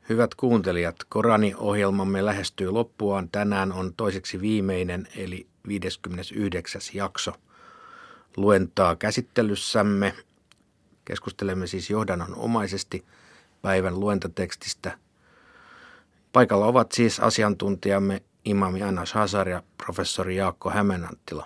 Hyvät kuuntelijat, Korani-ohjelmamme lähestyy loppuaan. Tänään on toiseksi viimeinen eli 59. jakso luentaa käsittelyssämme. Keskustelemme siis johdannonomaisesti päivän luentotekstistä. Paikalla ovat siis asiantuntijamme imami Anas Hazar ja professori Jaakko Hämeenanttila.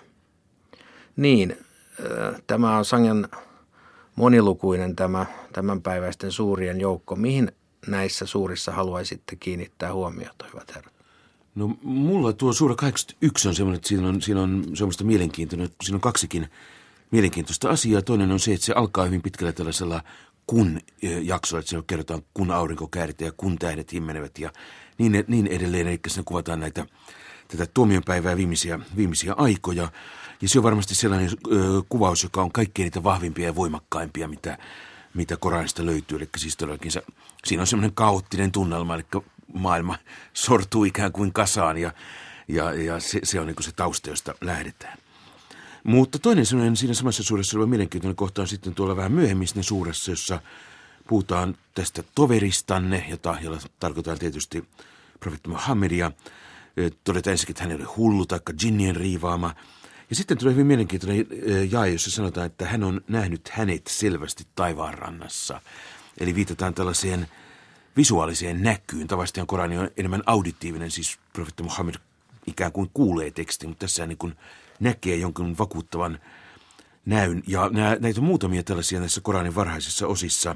Niin, tämä on sangen monilukuinen tämänpäiväisten suurien joukko. Mihin näissä suurissa haluaisitte kiinnittää huomiota, hyvät herrat? No mulla tuo suura 81 on semmoinen, että siinä on semmoista mielenkiintoista. Siinä on kaksikin mielenkiintoista asiaa. Toinen on se, että se alkaa hyvin pitkällä tällaisella kun-jaksolla, että se kerrotaan kun aurinko kääritään ja kun tähdet himmenevät ja niin edelleen. Eli siinä kuvataan tätä tuomionpäivää viimeisiä aikoja. Ja se on varmasti sellainen kuvaus, joka on kaikkein niitä vahvimpia ja voimakkaimpia, mitä Koranista löytyy. Eli siis todellakin siinä on semmoinen kaoottinen tunnelma, eli maailma sortuu ikään kuin kasaan ja se on niin kuin se tausta, josta lähdetään. Mutta toinen sellainen siinä samassa suuressa oleva mielenkiintoinen kohta on sitten tuolla vähän myöhemmin siinä suuressa, jossa puhutaan tästä toveristanne, jolla tarkoitaan tietysti profeetta Muhammedia. Todetaan ensinnäkin, että hän ei ole hullu taikka djinnien riivaama. Ja sitten tulee hyvin mielenkiintoinen jae, jossa sanotaan, että hän on nähnyt hänet selvästi taivaanrannassa. Eli viitataan tällaiseen visuaaliseen näkyyn. Tavallisesti Korani on enemmän auditiivinen, siis profeetta Muhammed ikään kuin kuulee tekstin, mutta tässä niin kuin näkee jonkun vakuuttavan näyn. Ja näitä on muutamia tällaisia näissä Koranin varhaisissa osissa.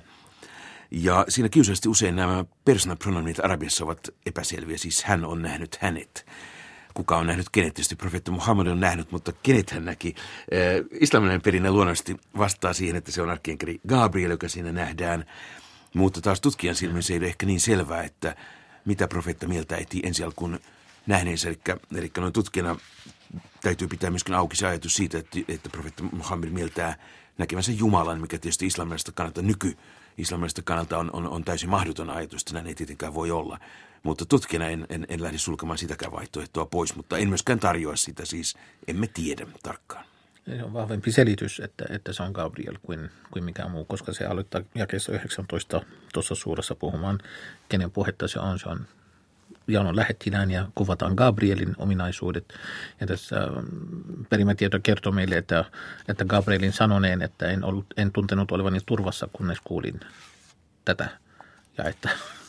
Ja siinä kiusallisesti usein nämä personal pronominit arabiassa ovat epäselviä, siis hän on nähnyt hänet. Kuka on nähnyt kenet? Tietysti profeetta Muhammed on nähnyt, mutta kenet hän näki? Islamilainen perinne luonnollisesti vastaa siihen, että se on arkienkeli Gabriel, joka siinä nähdään. Mutta taas tutkijan silmin se ei ole ehkä niin selvää, että mitä profeetta mieltä eti ensi alkuun nähneensä. Eli noin tutkijana täytyy pitää myöskin auki se ajatus siitä, että profeetta Muhammed mieltää näkevänsä Jumalan, mikä tietysti islamilaisesta kannalta islamilaisesta kannalta on täysin mahdoton ajatus, että näin ei tietenkään voi olla. Mutta tutkijana en lähde sulkemaan sitäkään vaihtoehtoa pois, mutta en myöskään tarjoa sitä, siis emme tiedä tarkkaan. Se on vahvempi selitys, että se on Gabriel kuin mikään muu, koska se aloittaa jakeessa 19 tuossa suuressa puhumaan, kenen puhetta se on. Se on Jaanon lähettilään ja kuvataan Gabrielin ominaisuudet. Ja tässä perimätieto kertoo meille, että Gabrielin sanoneen, että en tuntenut olevani turvassa, kunnes kuulin tätä ja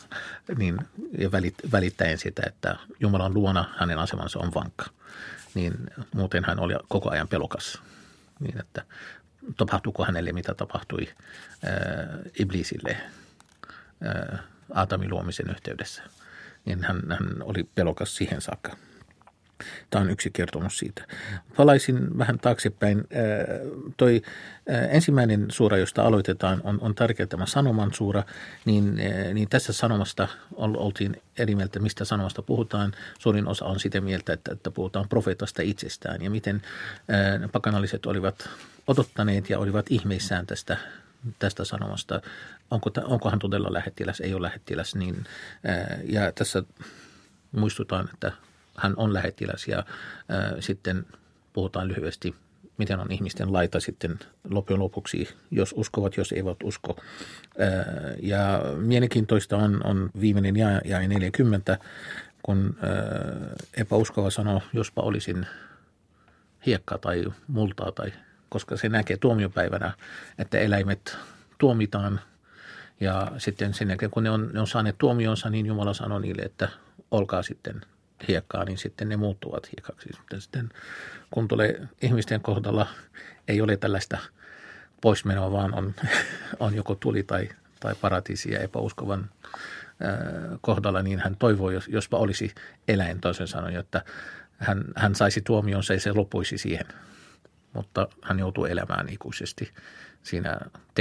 välittäen sitä, että Jumalan luona hänen asemansa on vankka. Niin muuten hän oli koko ajan pelokas. Niin että tapahtuuko hänelle, mitä tapahtui Iblisille Aatamin luomisen yhteydessä. Niin hän oli pelokas siihen saakka. Tämä on yksi kertomus siitä. Palaisin vähän taaksepäin. Toi ensimmäinen suura, josta aloitetaan, on tärkeä tämä sanoman suura. Niin tässä sanomasta oltiin eri mieltä, mistä sanomasta puhutaan. Suurin osa on sitä mieltä, että puhutaan profeetasta itsestään. Ja miten pakanalliset olivat odottaneet ja olivat ihmeissään tästä sanomasta. Onko hän todella lähettiläs, ei ole lähettiläs. Ja tässä muistutaan, että hän on lähettiläs ja sitten puhutaan lyhyesti, miten on ihmisten laita sitten loppujen lopuksi, jos uskovat, jos eivät usko. Ja mielenkiintoista on viimeinen jae 40, kun epäuskova sanoo, jospa olisin hiekkaa tai multaa, koska se näkee tuomiopäivänä, että eläimet tuomitaan. Ja sitten sen jälkeen, kun ne on saaneet tuomionsa, niin Jumala sanoo niille, että olkaa sitten hiekkaa, niin sitten ne muuttuvat hiekaksi. Sitten kun tulee ihmisten kohdalla, ei ole tällaista poismenoa, vaan on joko tuli tai paratiisi ja epäuskovan kohdalla, niin hän toivoo, jospa olisi eläin, toisen sanoen, että hän saisi tuomionsa ja se loppuisi siihen. Mutta hän joutuu elämään ikuisesti siinä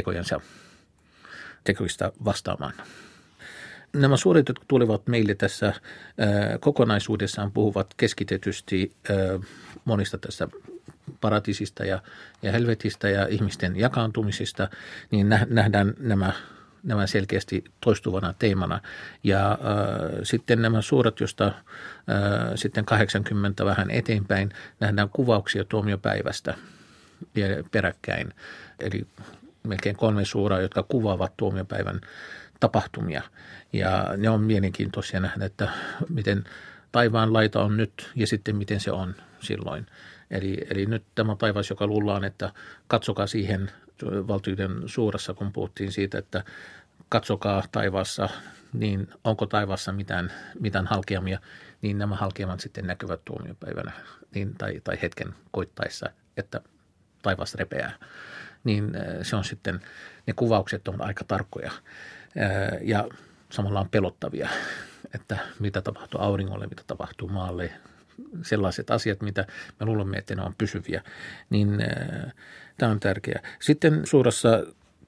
tekoista vastaamaan. Nämä suuret, jotka tulevat meille tässä kokonaisuudessaan, puhuvat keskitetysti monista tästä paratiisista ja helvetistä ja ihmisten jakaantumisista, niin nähdään nämä selkeästi toistuvana teemana. Ja sitten nämä suuret, josta sitten 80 vähän eteenpäin, nähdään kuvauksia tuomiopäivästä peräkkäin. Eli melkein 3 suuraa, jotka kuvaavat tuomiopäivän tapahtumia. Ja ne on mielenkiintoisia nähdä, että miten taivaan laita on nyt ja sitten miten se on silloin. Eli nyt tämä taivas, joka luullaan, että katsokaa siihen valtioiden suurassa, kun puhuttiin siitä, että katsokaa taivaassa, niin onko taivaassa mitään halkeamia, niin nämä halkeamat sitten näkyvät tuomiopäivänä niin, tai hetken koittaessa, että taivas repeää. Niin se on sitten, ne kuvaukset on aika tarkkoja ja samalla on pelottavia, että mitä tapahtuu auringolle, mitä tapahtuu maalle, sellaiset asiat, mitä me luulemme, että ne on pysyviä, niin tämä on tärkeää. Sitten suurassa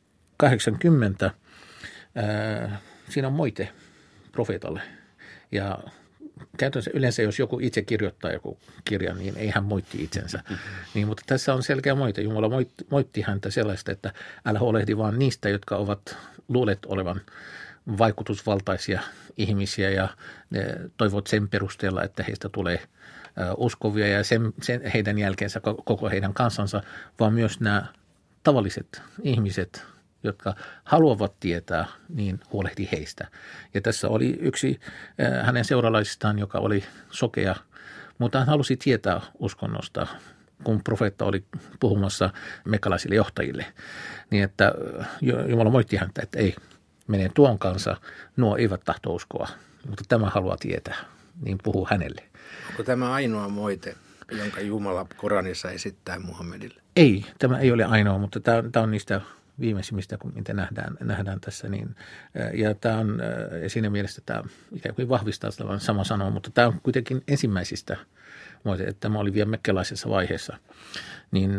80 siinä on moite profeetalle ja käytännössä yleensä, jos joku itse kirjoittaa joku kirjan, niin ei hän moitti itsensä. Niin, mutta tässä on selkeä moite. Jumala moitti häntä sellaista, että älä huolehdi vaan niistä, jotka luulet olevan vaikutusvaltaisia ihmisiä ja toivot sen perusteella, että heistä tulee uskovia ja sen heidän jälkeensä koko heidän kansansa, vaan myös nämä tavalliset ihmiset, jotka haluavat tietää, niin huolehti heistä. Ja tässä oli yksi hänen seuralaisistaan, joka oli sokea, mutta hän halusi tietää uskonnosta, kun profeetta oli puhumassa mekalaisille johtajille. Niin että Jumala moitti häntä, että ei, mene tuon kanssa, nuo eivät tahto uskoa, mutta tämä haluaa tietää, niin puhuu hänelle. Onko tämä ainoa moite, jonka Jumala Koranissa esittää Muhammedille? Ei, tämä ei ole ainoa, mutta tämä on niistä viimeisimmistä, kun mitä nähdään tässä. Niin, ja tämä on siinä mielessä, tämä ikään kuin vahvistaa sama sanoa, mutta tämä on kuitenkin ensimmäisistä moite, että tämä oli vielä mekkelaisessa vaiheessa. Niin,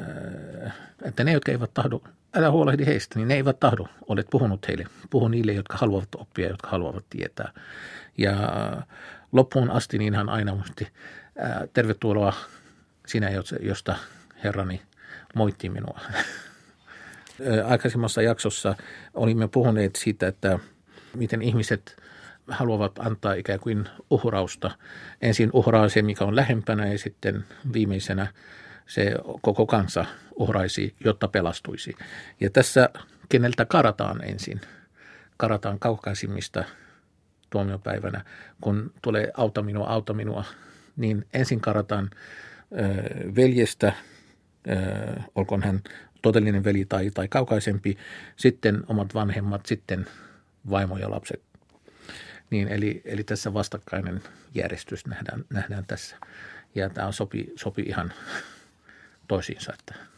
että ne, jotka eivät tahdo, älä huolehdi heistä, niin ne eivät tahdo, olet puhunut heille. Puhu niille, jotka haluavat oppia, jotka haluavat tietää. Ja loppuun asti niin hän aina muisti, tervetuloa sinä, josta Herrani moitti minua. Aikaisemmassa jaksossa olimme puhuneet siitä, että miten ihmiset haluavat antaa ikään kuin uhrausta. Ensin uhraa se, mikä on lähempänä ja sitten viimeisenä se koko kansa uhraisi, jotta pelastuisi. Ja tässä keneltä karataan ensin? Karataan kaukaisimmista tuomiopäivänä, kun tulee auta minua, niin ensin karataan veljestä, olkoon hän todellinen veli tai kaukaisempi, sitten omat vanhemmat, sitten vaimo ja lapset. Niin, eli tässä vastakkainen järjestys nähdään tässä. Ja tämä sopii ihan toisiinsa.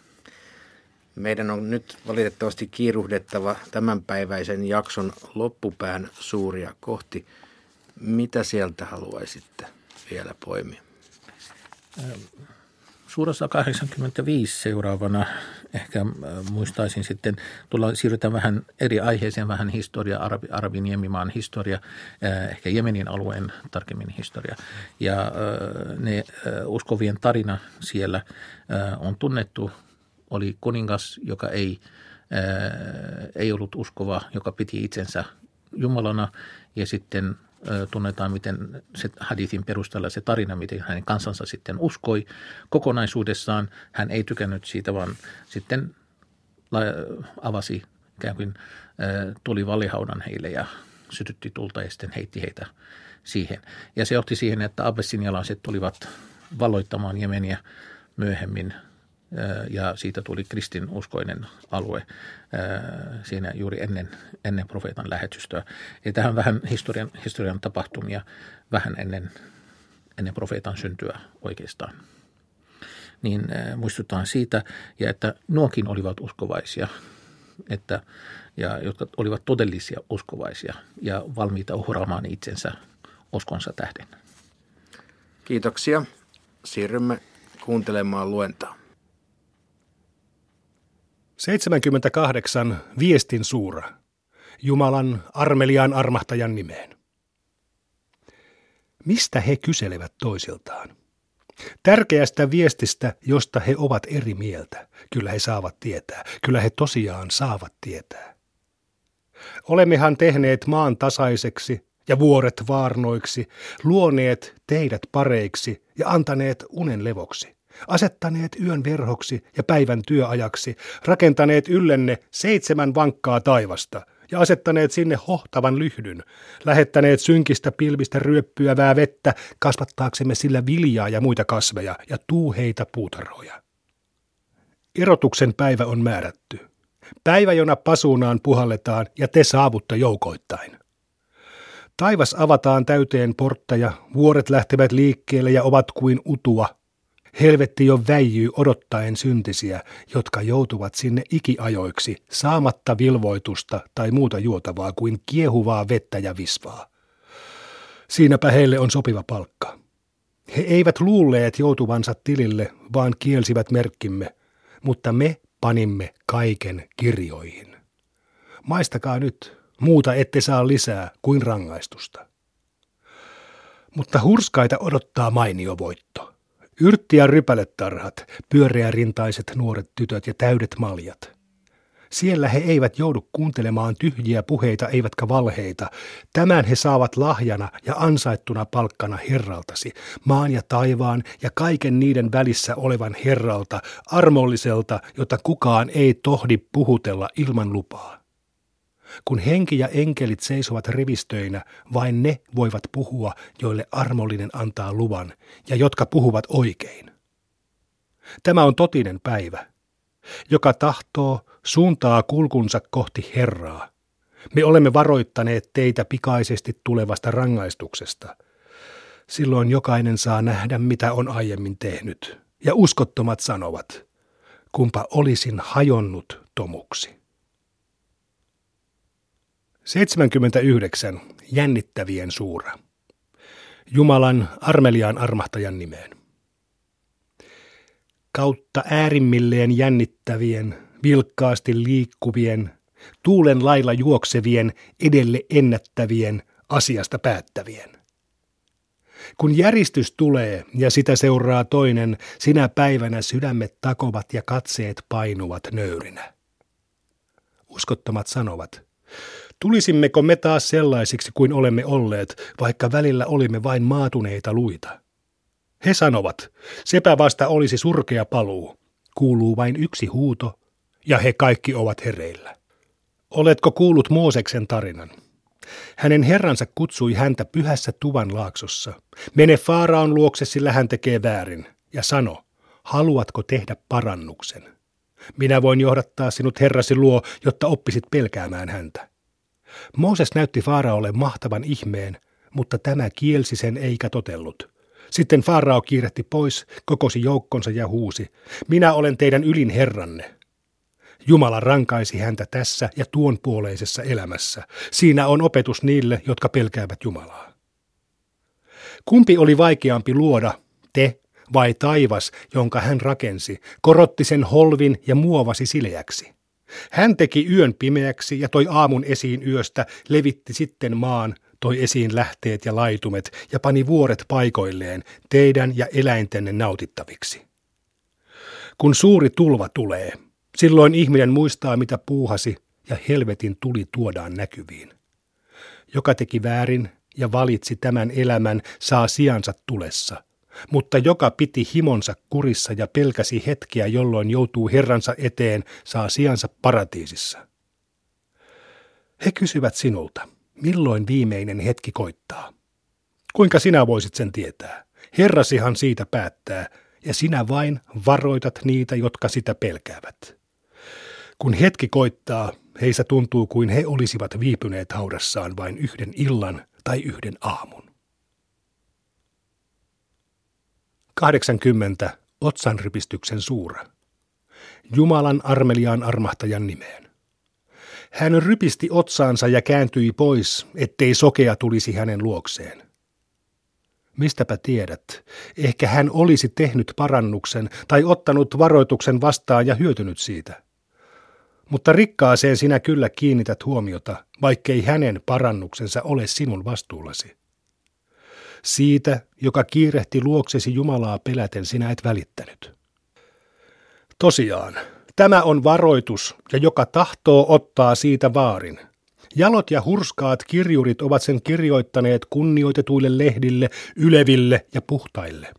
Meidän on nyt valitettavasti kiiruhdettava tämänpäiväisen jakson loppupään suuria kohti. Mitä sieltä haluaisitte vielä poimia? Suurassa 85 seuraavana ehkä muistaisin sitten, siirrytään vähän eri aiheeseen, vähän historia, Arabin Niemimaan historia, ehkä Jemenin alueen tarkemmin historia. Ja ne uskovien tarina siellä on tunnettu, oli kuningas, joka ei ollut uskova, joka piti itsensä Jumalana ja sitten tunnetaan, miten se hadithin perusteella se tarina, miten hänen kansansa sitten uskoi kokonaisuudessaan. Hän ei tykännyt siitä, vaan sitten avasi ikään kuin tuli vallihaudan heille ja sytytti tulta ja sitten heitti heitä siihen. Ja se johti siihen, että abessinialaiset tulivat valloittamaan Jemeniä myöhemmin ja siitä tuli kristinuskoinen alue siinä juuri ennen profeetan lähetystöä. Ja tähän vähän historian tapahtumia vähän ennen profeetan syntyä oikeastaan. Niin muistutaan siitä, ja että nuokin olivat uskovaisia, jotka olivat todellisia uskovaisia ja valmiita uhraamaan itsensä uskonsa tähden. Kiitoksia. Siirrymme kuuntelemaan luentaa. 78. Viestin suura. Jumalan armeliaan armahtajan nimeen. Mistä he kyselevät toisiltaan? Tärkeästä viestistä, josta he ovat eri mieltä. Kyllä he saavat tietää. Kyllä he tosiaan saavat tietää. Olemmehan tehneet maan tasaiseksi ja vuoret vaarnoiksi, luoneet teidät pareiksi ja antaneet unen levoksi. Asettaneet yön verhoksi ja päivän työajaksi, rakentaneet yllenne 7 vankkaa taivasta, ja asettaneet sinne hohtavan lyhdyn, lähettäneet synkistä pilvistä ryöppyävää vettä kasvattaaksemme sillä viljaa ja muita kasveja ja tuuheita puutarhoja. Erotuksen päivä on määrätty. Päivä, jona pasuunaan puhalletaan ja te saavutte joukoittain. Taivas avataan täyteen portteja, vuoret lähtevät liikkeelle ja ovat kuin utua. Helvetti jo väijyy odottaen syntisiä, jotka joutuvat sinne ikiajoiksi saamatta vilvoitusta tai muuta juotavaa kuin kiehuvaa vettä ja visvaa. Siinäpä heille on sopiva palkka. He eivät luulleet joutuvansa tilille, vaan kielsivät merkkimme, mutta me panimme kaiken kirjoihin. Maistakaa nyt, muuta ette saa lisää kuin rangaistusta. Mutta hurskaita odottaa mainio voitto. Yrtti- ja rypäletarhat, pyöreärintaiset nuoret tytöt ja täydet maljat. Siellä he eivät joudu kuuntelemaan tyhjiä puheita eivätkä valheita. Tämän he saavat lahjana ja ansaittuna palkkana Herraltasi, maan ja taivaan ja kaiken niiden välissä olevan Herralta, armolliselta, jota kukaan ei tohdi puhutella ilman lupaa. Kun henki ja enkelit seisovat rivistöinä, vain ne voivat puhua, joille armollinen antaa luvan, ja jotka puhuvat oikein. Tämä on totinen päivä. Joka tahtoo, suuntaa kulkunsa kohti Herraa. Me olemme varoittaneet teitä pikaisesti tulevasta rangaistuksesta. Silloin jokainen saa nähdä, mitä on aiemmin tehnyt. Ja uskottomat sanovat, kumpa olisin hajonnut tomuksi. 79. Jännittävien suura. Jumalan armeliaan armahtajan nimeen. Kautta äärimmilleen jännittävien, vilkkaasti liikkuvien, tuulen lailla juoksevien, edelle ennättävien, asiasta päättävien. Kun järistys tulee ja sitä seuraa toinen, sinä päivänä sydämet takovat ja katseet painuvat nöyrinä. Uskottomat sanovat, tulisimmeko me taas sellaisiksi kuin olemme olleet, vaikka välillä olimme vain maatuneita luita? He sanovat, sepä vasta olisi surkea paluu. Kuuluu vain yksi huuto, ja he kaikki ovat hereillä. Oletko kuullut Mooseksen tarinan? Hänen herransa kutsui häntä pyhässä tuvan laaksossa. Mene Faaraon luokse, sillä hän tekee väärin, ja sano, haluatko tehdä parannuksen? Minä voin johdattaa sinut herrasi luo, jotta oppisit pelkäämään häntä. Mooses näytti Faaraolle mahtavan ihmeen, mutta tämä kielsi sen eikä totellut. Sitten Faarao kiirehti pois, kokosi joukkonsa ja huusi, minä olen teidän ylin herranne. Jumala rankaisi häntä tässä ja tuon puoleisessa elämässä. Siinä on opetus niille, jotka pelkäävät Jumalaa. Kumpi oli vaikeampi luoda, te vai taivas, jonka hän rakensi, korotti sen holvin ja muovasi sileäksi? Hän teki yön pimeäksi ja toi aamun esiin yöstä, levitti sitten maan, toi esiin lähteet ja laitumet ja pani vuoret paikoilleen teidän ja eläintenne nautittaviksi. Kun suuri tulva tulee, silloin ihminen muistaa mitä puuhasi ja helvetin tuli tuodaan näkyviin. Joka teki väärin ja valitsi tämän elämän saa sijansa tulessa, mutta joka piti himonsa kurissa ja pelkäsi hetkeä, jolloin joutuu herransa eteen, saa sijansa paratiisissa. He kysyvät sinulta, milloin viimeinen hetki koittaa? Kuinka sinä voisit sen tietää? Herrasihan siitä päättää, ja sinä vain varoitat niitä, jotka sitä pelkäävät. Kun hetki koittaa, heissä tuntuu kuin he olisivat viipyneet haudassaan vain yhden illan tai yhden aamun. 80. Otsanrypistyksen suura. Jumalan armeliaan armahtajan nimeen. Hän rypisti otsaansa ja kääntyi pois, ettei sokea tulisi hänen luokseen. Mistäpä tiedät, ehkä hän olisi tehnyt parannuksen tai ottanut varoituksen vastaan ja hyötynyt siitä. Mutta rikkaaseen sinä kyllä kiinnität huomiota, vaikkei hänen parannuksensa ole sinun vastuullasi. Siitä, joka kiirehti luoksesi Jumalaa peläten, sinä et välittänyt. Tosiaan, tämä on varoitus, ja joka tahtoo ottaa siitä vaarin. Jalot ja hurskaat kirjurit ovat sen kirjoittaneet kunnioitetuille lehdille, yleville ja puhtaille.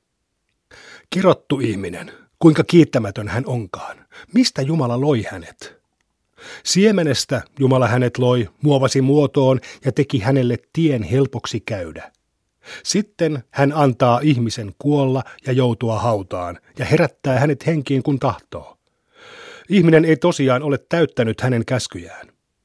Kirottu ihminen, kuinka kiittämätön hän onkaan. Mistä Jumala loi hänet? Siemenestä Jumala hänet loi, muovasi muotoon ja teki hänelle tien helpoksi käydä. Sitten hän antaa ihmisen kuolla ja joutua hautaan ja herättää hänet henkiin kun tahtoo. Ihminen ei tosiaan ole täyttänyt hänen käskyjään.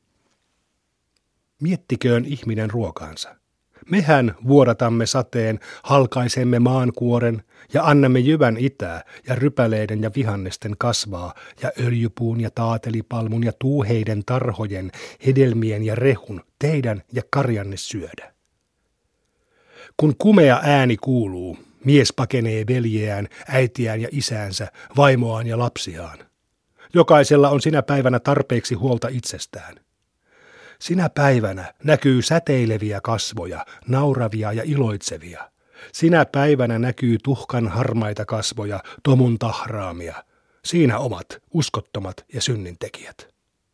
Miettiköön ihminen ruokaansa. Mehän vuodatamme sateen, halkaisemme maankuoren ja annamme jyvän itää ja rypäleiden ja vihannesten kasvaa ja öljypuun ja taatelipalmun ja tuuheiden tarhojen, hedelmien ja rehun teidän ja karjanne syödä. Kun kumea ääni kuuluu, mies pakenee veljeään, äitiään ja isäänsä, vaimoaan ja lapsiaan. Jokaisella on sinä päivänä tarpeeksi huolta itsestään. Sinä päivänä näkyy säteileviä kasvoja, nauravia ja iloitsevia. Sinä päivänä näkyy tuhkan harmaita kasvoja, tomun tahraamia. Siinä omat uskottomat ja synnintekijät.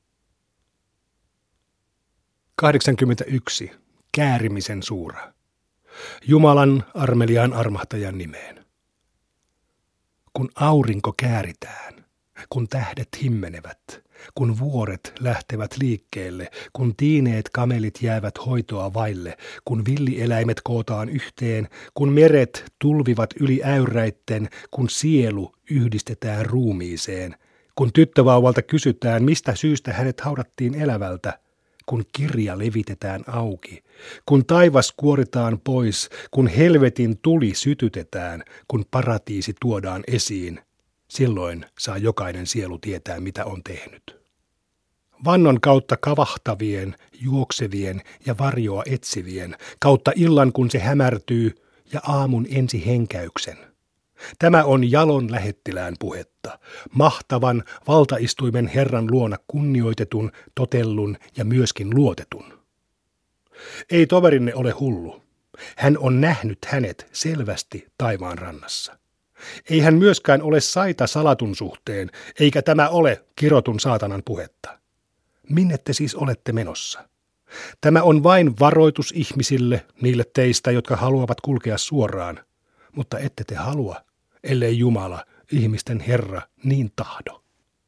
81. Käärimisen suura. Jumalan armeliaan armahtajan nimeen. Kun aurinko kääritään, kun tähdet himmenevät, kun vuoret lähtevät liikkeelle, kun tiineet kamelit jäävät hoitoa vaille, kun villieläimet kootaan yhteen, kun meret tulvivat yli äyräitten, kun sielu yhdistetään ruumiiseen, kun tyttövauvalta kysytään, mistä syystä hänet haudattiin elävältä, kun kirja levitetään auki, kun taivas kuoritaan pois, kun helvetin tuli sytytetään, kun paratiisi tuodaan esiin, silloin saa jokainen sielu tietää, mitä on tehnyt. Vannon kautta kavahtavien, juoksevien ja varjoa etsivien, kautta illan kun se hämärtyy ja aamun ensi henkäyksen. Tämä on Jalon lähettilään puhetta, mahtavan valtaistuimen Herran luona kunnioitetun, totellun ja myöskin luotetun. Ei toverinne ole hullu. Hän on nähnyt hänet selvästi taivaan rannassa. Ei hän myöskään ole saita salatun suhteen, eikä tämä ole kirotun saatanan puhetta. Minne te siis olette menossa? Tämä on vain varoitus ihmisille, niille teistä, jotka haluavat kulkea suoraan, mutta ette te halua, ellei Jumala, ihmisten Herra, niin tahdo.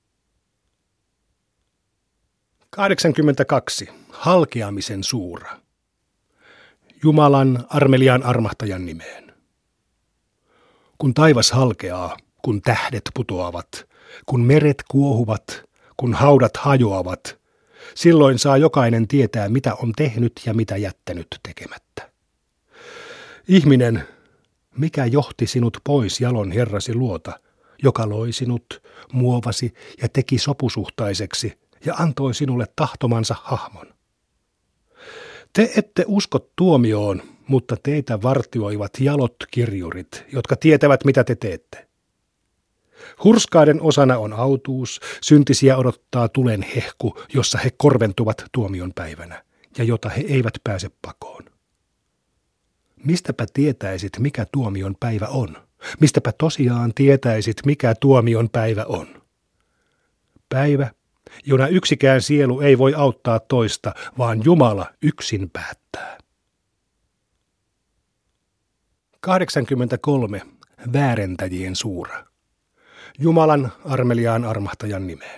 82. Halkeamisen suura. Jumalan armeliaan armahtajan nimeen. Kun taivas halkeaa, kun tähdet putoavat, kun meret kuohuvat, kun haudat hajoavat, silloin saa jokainen tietää, mitä on tehnyt ja mitä jättänyt tekemättä. Ihminen, mikä johti sinut pois Jalon Herrasi luota, joka loi sinut, muovasi ja teki sopusuhtaiseksi ja antoi sinulle tahtomansa hahmon? Te ette usko tuomioon, mutta teitä vartioivat jalot kirjurit, jotka tietävät, mitä te teette. Hurskaiden osana on autuus, syntisiä odottaa tulen hehku, jossa he korventuvat tuomion päivänä, ja jota he eivät pääse pakoon. Mistäpä tietäisit, mikä tuomion päivä on? Mistäpä tosiaan tietäisit, mikä tuomion päivä on? Päivä, jona yksikään sielu ei voi auttaa toista, vaan Jumala yksin päättää. 83. Väärentäjien suura. Jumalan armeliaan armahtajan nimeen.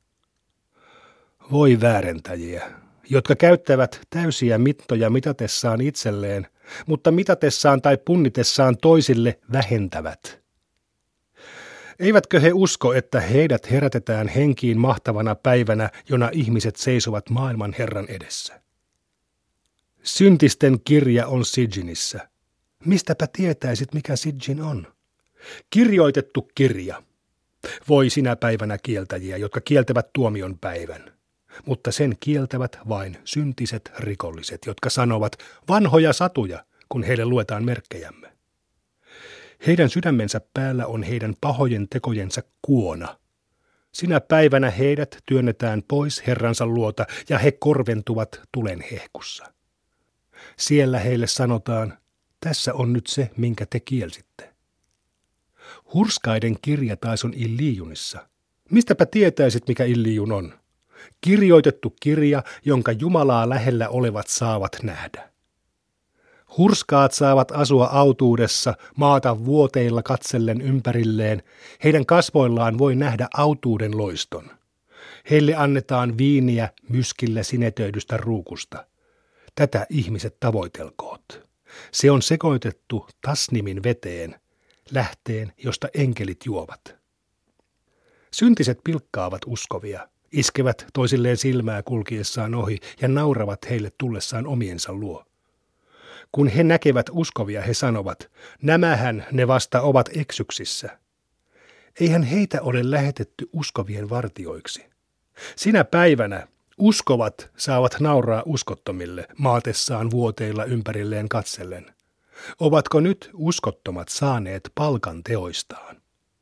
Voi väärentäjiä, jotka käyttävät täysiä mittoja mitatessaan itselleen, mutta mitatessaan tai punnitessaan toisille vähentävät. Eivätkö he usko, että heidät herätetään henkiin mahtavana päivänä, jona ihmiset seisovat maailman Herran edessä? Syntisten kirja on Sijinissä. Mistäpä tietäisit, mikä Sijin on? Kirjoitettu kirja. Voi sinä päivänä kieltäjiä, jotka kieltävät tuomion päivän. Mutta sen kieltävät vain syntiset rikolliset, jotka sanovat vanhoja satuja, kun heille luetaan merkkejämme. Heidän sydämensä päällä on heidän pahojen tekojensa kuona. Sinä päivänä heidät työnnetään pois Herransa luota ja he korventuvat tulen hehkussa. Siellä heille sanotaan, tässä on nyt se, minkä te kielsitte. Hurskaiden kirja taas on Illiijunissa. Mistäpä tietäisit, mikä Illiijun on? Kirjoitettu kirja, jonka Jumalaa lähellä olevat saavat nähdä. Hurskaat saavat asua autuudessa, maata vuoteilla katsellen ympärilleen. Heidän kasvoillaan voi nähdä autuuden loiston. Heille annetaan viiniä myskillä sinetöidystä ruukusta. Tätä ihmiset tavoitelkoot. Se on sekoitettu tasnimin veteen, lähteen, josta enkelit juovat. Syntiset pilkkaavat uskovia, iskevät toisilleen silmää kulkiessaan ohi ja nauravat heille tullessaan omiensa luo. Kun he näkevät uskovia, he sanovat, nämähän ne vasta ovat eksyksissä. Eihän heitä ole lähetetty uskovien vartioiksi. Sinä päivänä uskovat saavat nauraa uskottomille maatessaan vuoteilla ympärilleen katsellen. Ovatko nyt uskottomat saaneet palkan teoistaan?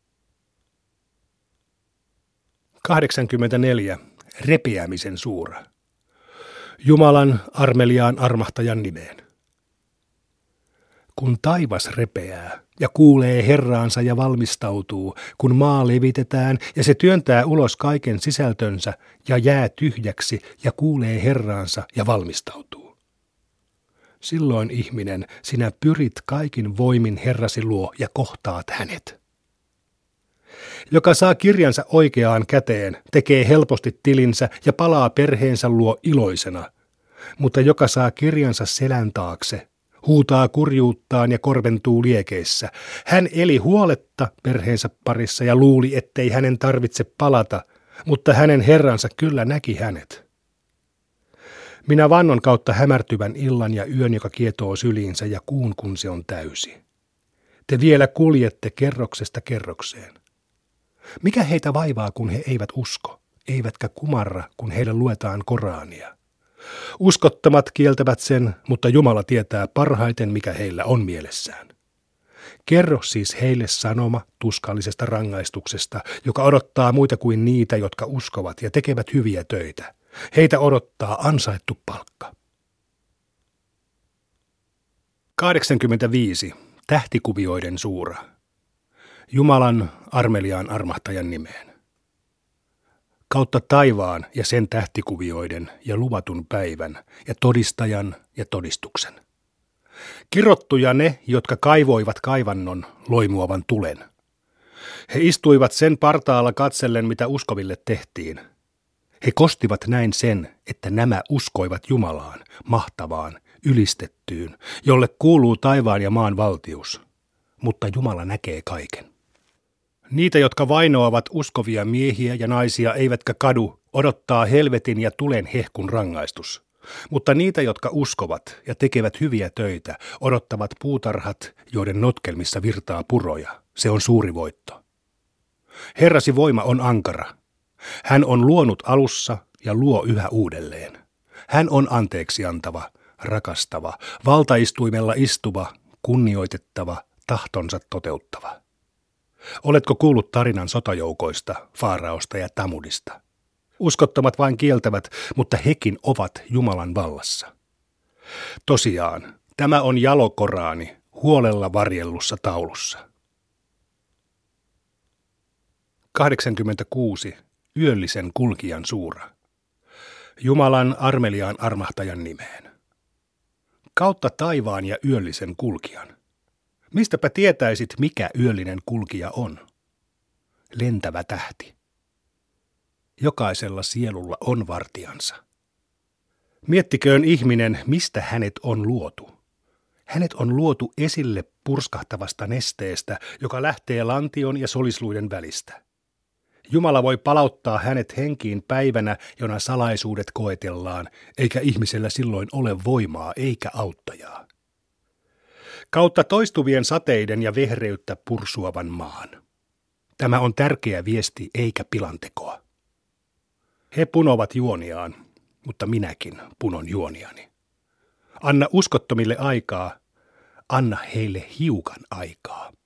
84. Repeämisen suura. Jumalan armeliaan armahtajan nimeen. Kun taivas repeää ja kuulee Herraansa ja valmistautuu, kun maa levitetään ja se työntää ulos kaiken sisältönsä ja jää tyhjäksi ja kuulee Herraansa ja valmistautuu. Silloin, ihminen, sinä pyrit kaikin voimin Herrasi luo ja kohtaat hänet. Joka saa kirjansa oikeaan käteen, tekee helposti tilinsä ja palaa perheensä luo iloisena, mutta joka saa kirjansa selän taakse, huutaa kurjuuttaan ja korventuu liekeissä. Hän eli huoletta perheensä parissa ja luuli, ettei hänen tarvitse palata, mutta hänen herransa kyllä näki hänet. Minä vannon kautta hämärtyvän illan ja yön, joka kietoo syliinsä ja kuun, kun se on täysi. Te vielä kuljette kerroksesta kerrokseen. Mikä heitä vaivaa, kun he eivät usko, eivätkä kumarra, kun heille luetaan Korania? Uskottomat kieltävät sen, mutta Jumala tietää parhaiten, mikä heillä on mielessään. Kerro siis heille sanoma tuskallisesta rangaistuksesta, joka odottaa muita kuin niitä, jotka uskovat ja tekevät hyviä töitä. Heitä odottaa ansaittu palkka. 85. Tähtikuvioiden suura. Jumalan armeliaan armahtajan nimeen. Kautta taivaan ja sen tähtikuvioiden ja luvatun päivän ja todistajan ja todistuksen. Kirottuja ne, jotka kaivoivat kaivannon loimuavan tulen. He istuivat sen partaalla katsellen, mitä uskoville tehtiin. He kostivat näin sen, että nämä uskoivat Jumalaan, mahtavaan, ylistettyyn, jolle kuuluu taivaan ja maan valtius. Mutta Jumala näkee kaiken. Niitä, jotka vainoavat uskovia miehiä ja naisia eivätkä kadu, odottaa helvetin ja tulen hehkun rangaistus. Mutta niitä, jotka uskovat ja tekevät hyviä töitä, odottavat puutarhat, joiden notkelmissa virtaa puroja. Se on suuri voitto. Herrasi voima on ankara. Hän on luonut alussa ja luo yhä uudelleen. Hän on anteeksi antava, rakastava, valtaistuimella istuva, kunnioitettava, tahtonsa toteuttava. Oletko kuullut tarinan sotajoukoista, Faaraosta ja Tamudista? Uskottomat vain kieltävät, mutta hekin ovat Jumalan vallassa. Tosiaan, tämä on jalokoraani huolella varjellussa taulussa. 86. Yöllisen kulkijan suura. Jumalan armeliaan armahtajan nimeen. Kautta taivaan ja yöllisen kulkijan. Mistäpä tietäisit, mikä yöllinen kulkija on? Lentävä tähti. Jokaisella sielulla on vartijansa. Miettiköön ihminen, mistä hänet on luotu. Hänet on luotu esille purskahtavasta nesteestä, joka lähtee lantion ja solisluiden välistä. Jumala voi palauttaa hänet henkiin päivänä, jona salaisuudet koetellaan, eikä ihmisellä silloin ole voimaa eikä auttajaa. Kautta toistuvien sateiden ja vehreyttä pursuavan maan. Tämä on tärkeä viesti eikä pilantekoa. He punovat juoniaan, mutta minäkin punon juoniani. Anna uskottomille aikaa, anna heille hiukan aikaa.